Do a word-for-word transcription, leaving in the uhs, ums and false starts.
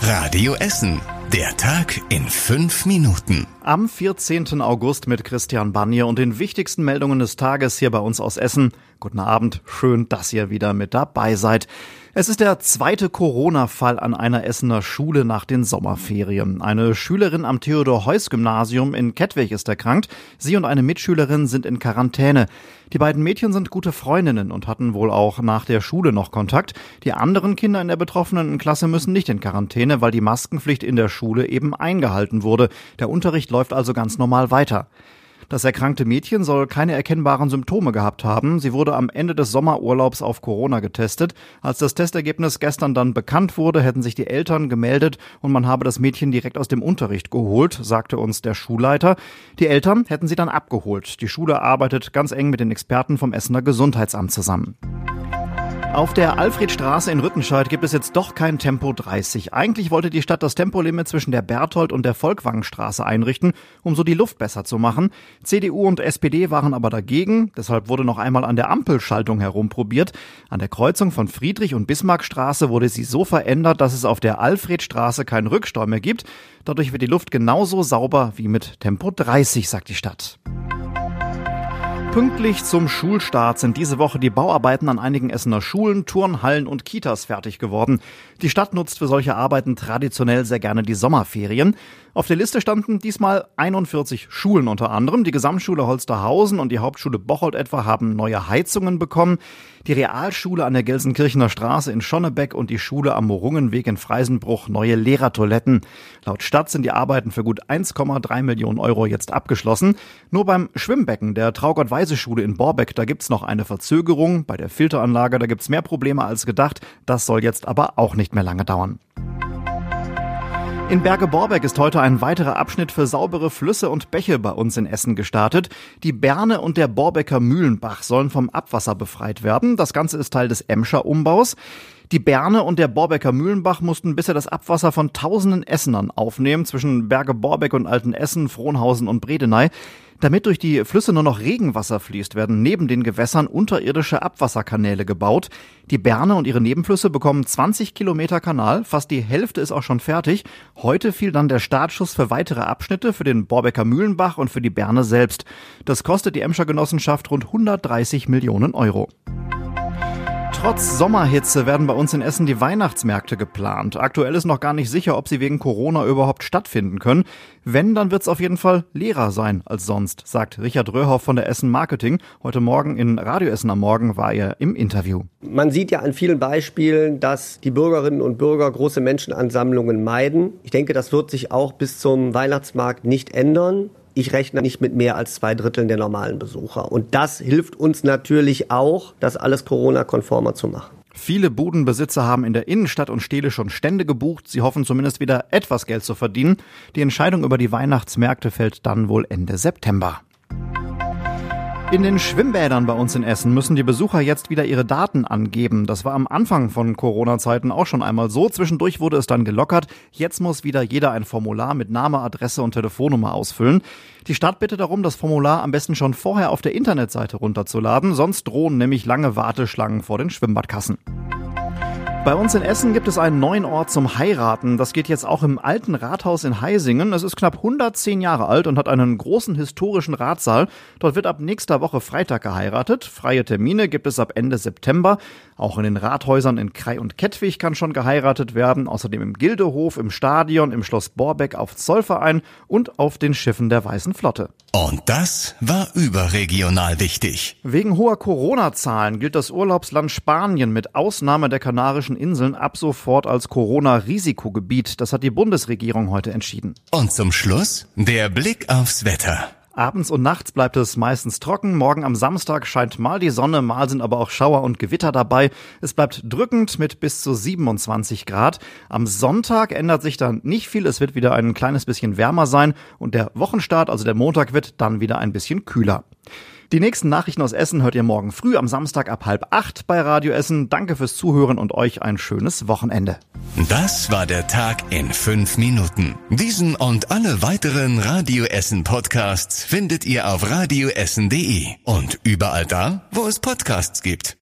Radio Essen. Der Tag in fünf Minuten. Am vierzehnten August mit Christian Banier und den wichtigsten Meldungen des Tages hier bei uns aus Essen. Guten Abend, schön, dass ihr wieder mit dabei seid. Es ist der zweite Corona-Fall an einer Essener Schule nach den Sommerferien. Eine Schülerin am Theodor-Heuss-Gymnasium in Kettwig ist erkrankt. Sie und eine Mitschülerin sind in Quarantäne. Die beiden Mädchen sind gute Freundinnen und hatten wohl auch nach der Schule noch Kontakt. Die anderen Kinder in der betroffenen Klasse müssen nicht in Quarantäne, weil die Maskenpflicht in der Schule eben eingehalten wurde. Der Unterricht läuft also ganz normal weiter. Das erkrankte Mädchen soll keine erkennbaren Symptome gehabt haben. Sie wurde am Ende des Sommerurlaubs auf Corona getestet. Als das Testergebnis gestern dann bekannt wurde, hätten sich die Eltern gemeldet und man habe das Mädchen direkt aus dem Unterricht geholt, sagte uns der Schulleiter. Die Eltern hätten sie dann abgeholt. Die Schule arbeitet ganz eng mit den Experten vom Essener Gesundheitsamt zusammen. Auf der Alfredstraße in Rüttenscheid gibt es jetzt doch kein Tempo dreißig. Eigentlich wollte die Stadt das Tempolimit zwischen der Berthold- und der Volkwangstraße einrichten, um so die Luft besser zu machen. C D U und S P D waren aber dagegen. Deshalb wurde noch einmal an der Ampelschaltung herumprobiert. An der Kreuzung von Friedrich- und Bismarckstraße wurde sie so verändert, dass es auf der Alfredstraße keinen Rückstau mehr gibt. Dadurch wird die Luft genauso sauber wie mit Tempo dreißig, sagt die Stadt. Pünktlich zum Schulstart sind diese Woche die Bauarbeiten an einigen Essener Schulen, Turnhallen und Kitas fertig geworden. Die Stadt nutzt für solche Arbeiten traditionell sehr gerne die Sommerferien. Auf der Liste standen diesmal einundvierzig Schulen unter anderem. Die Gesamtschule Holsterhausen und die Hauptschule Bocholt etwa haben neue Heizungen bekommen. Die Realschule an der Gelsenkirchener Straße in Schonnebeck und die Schule am Morungenweg in Freisenbruch neue Lehrertoiletten. Laut Stadt sind die Arbeiten für gut eins Komma drei Millionen Euro jetzt abgeschlossen. Nur beim Schwimmbecken der Traugott-Weise-Schule in Borbeck, da gibt's noch eine Verzögerung. Bei der Filteranlage, da gibt's mehr Probleme als gedacht. Das soll jetzt aber auch nicht mehr lange dauern. In Berge-Borbeck ist heute ein weiterer Abschnitt für saubere Flüsse und Bäche bei uns in Essen gestartet. Die Berne und der Borbecker Mühlenbach sollen vom Abwasser befreit werden. Das Ganze ist Teil des Emscher-Umbaus. Die Berne und der Borbecker Mühlenbach mussten bisher das Abwasser von tausenden Essenern aufnehmen zwischen Berge-Borbeck und Altenessen, Frohnhausen und Bredeney. Damit durch die Flüsse nur noch Regenwasser fließt, werden neben den Gewässern unterirdische Abwasserkanäle gebaut. Die Berne und ihre Nebenflüsse bekommen zwanzig Kilometer Kanal, fast die Hälfte ist auch schon fertig. Heute fiel dann der Startschuss für weitere Abschnitte für den Borbecker Mühlenbach und für die Berne selbst. Das kostet die Emscher Genossenschaft rund hundertdreißig Millionen Euro. Trotz Sommerhitze werden bei uns in Essen die Weihnachtsmärkte geplant. Aktuell ist noch gar nicht sicher, ob sie wegen Corona überhaupt stattfinden können. Wenn, dann wird es auf jeden Fall leerer sein als sonst, sagt Richard Röhoff von der Essen Marketing. Heute Morgen in Radio Essen am Morgen war er im Interview. Man sieht ja an vielen Beispielen, dass die Bürgerinnen und Bürger große Menschenansammlungen meiden. Ich denke, das wird sich auch bis zum Weihnachtsmarkt nicht ändern. Ich rechne nicht mit mehr als zwei Dritteln der normalen Besucher. Und das hilft uns natürlich auch, das alles Corona-konformer zu machen. Viele Budenbesitzer haben in der Innenstadt und Stele schon Stände gebucht. Sie hoffen zumindest wieder etwas Geld zu verdienen. Die Entscheidung über die Weihnachtsmärkte fällt dann wohl Ende September. In den Schwimmbädern bei uns in Essen müssen die Besucher jetzt wieder ihre Daten angeben. Das war am Anfang von Corona-Zeiten auch schon einmal so. Zwischendurch wurde es dann gelockert. Jetzt muss wieder jeder ein Formular mit Name, Adresse und Telefonnummer ausfüllen. Die Stadt bittet darum, das Formular am besten schon vorher auf der Internetseite runterzuladen. Sonst drohen nämlich lange Warteschlangen vor den Schwimmbadkassen. Bei uns in Essen gibt es einen neuen Ort zum Heiraten. Das geht jetzt auch im alten Rathaus in Heisingen. Es ist knapp hundertzehn Jahre alt und hat einen großen historischen Ratssaal. Dort wird ab nächster Woche Freitag geheiratet. Freie Termine gibt es ab Ende September. Auch in den Rathäusern in Krei und Kettwig kann schon geheiratet werden. Außerdem im Gildehof, im Stadion, im Schloss Borbeck, auf Zollverein und auf den Schiffen der Weißen Flotte. Und das war überregional wichtig. Wegen hoher Corona-Zahlen gilt das Urlaubsland Spanien mit Ausnahme der Kanarischen Inseln ab sofort als Corona-Risikogebiet. Das hat die Bundesregierung heute entschieden. Und zum Schluss der Blick aufs Wetter. Abends und nachts bleibt es meistens trocken. Morgen am Samstag scheint mal die Sonne, mal sind aber auch Schauer und Gewitter dabei. Es bleibt drückend mit bis zu siebenundzwanzig Grad. Am Sonntag ändert sich dann nicht viel. Es wird wieder ein kleines bisschen wärmer sein. Und der Wochenstart, also der Montag, wird dann wieder ein bisschen kühler. Die nächsten Nachrichten aus Essen hört ihr morgen früh am Samstag ab halb acht bei Radio Essen. Danke fürs Zuhören und euch ein schönes Wochenende. Das war der Tag in fünf Minuten. Diesen und alle weiteren Radio Essen Podcasts findet ihr auf radioessen punkt de und überall da, wo es Podcasts gibt.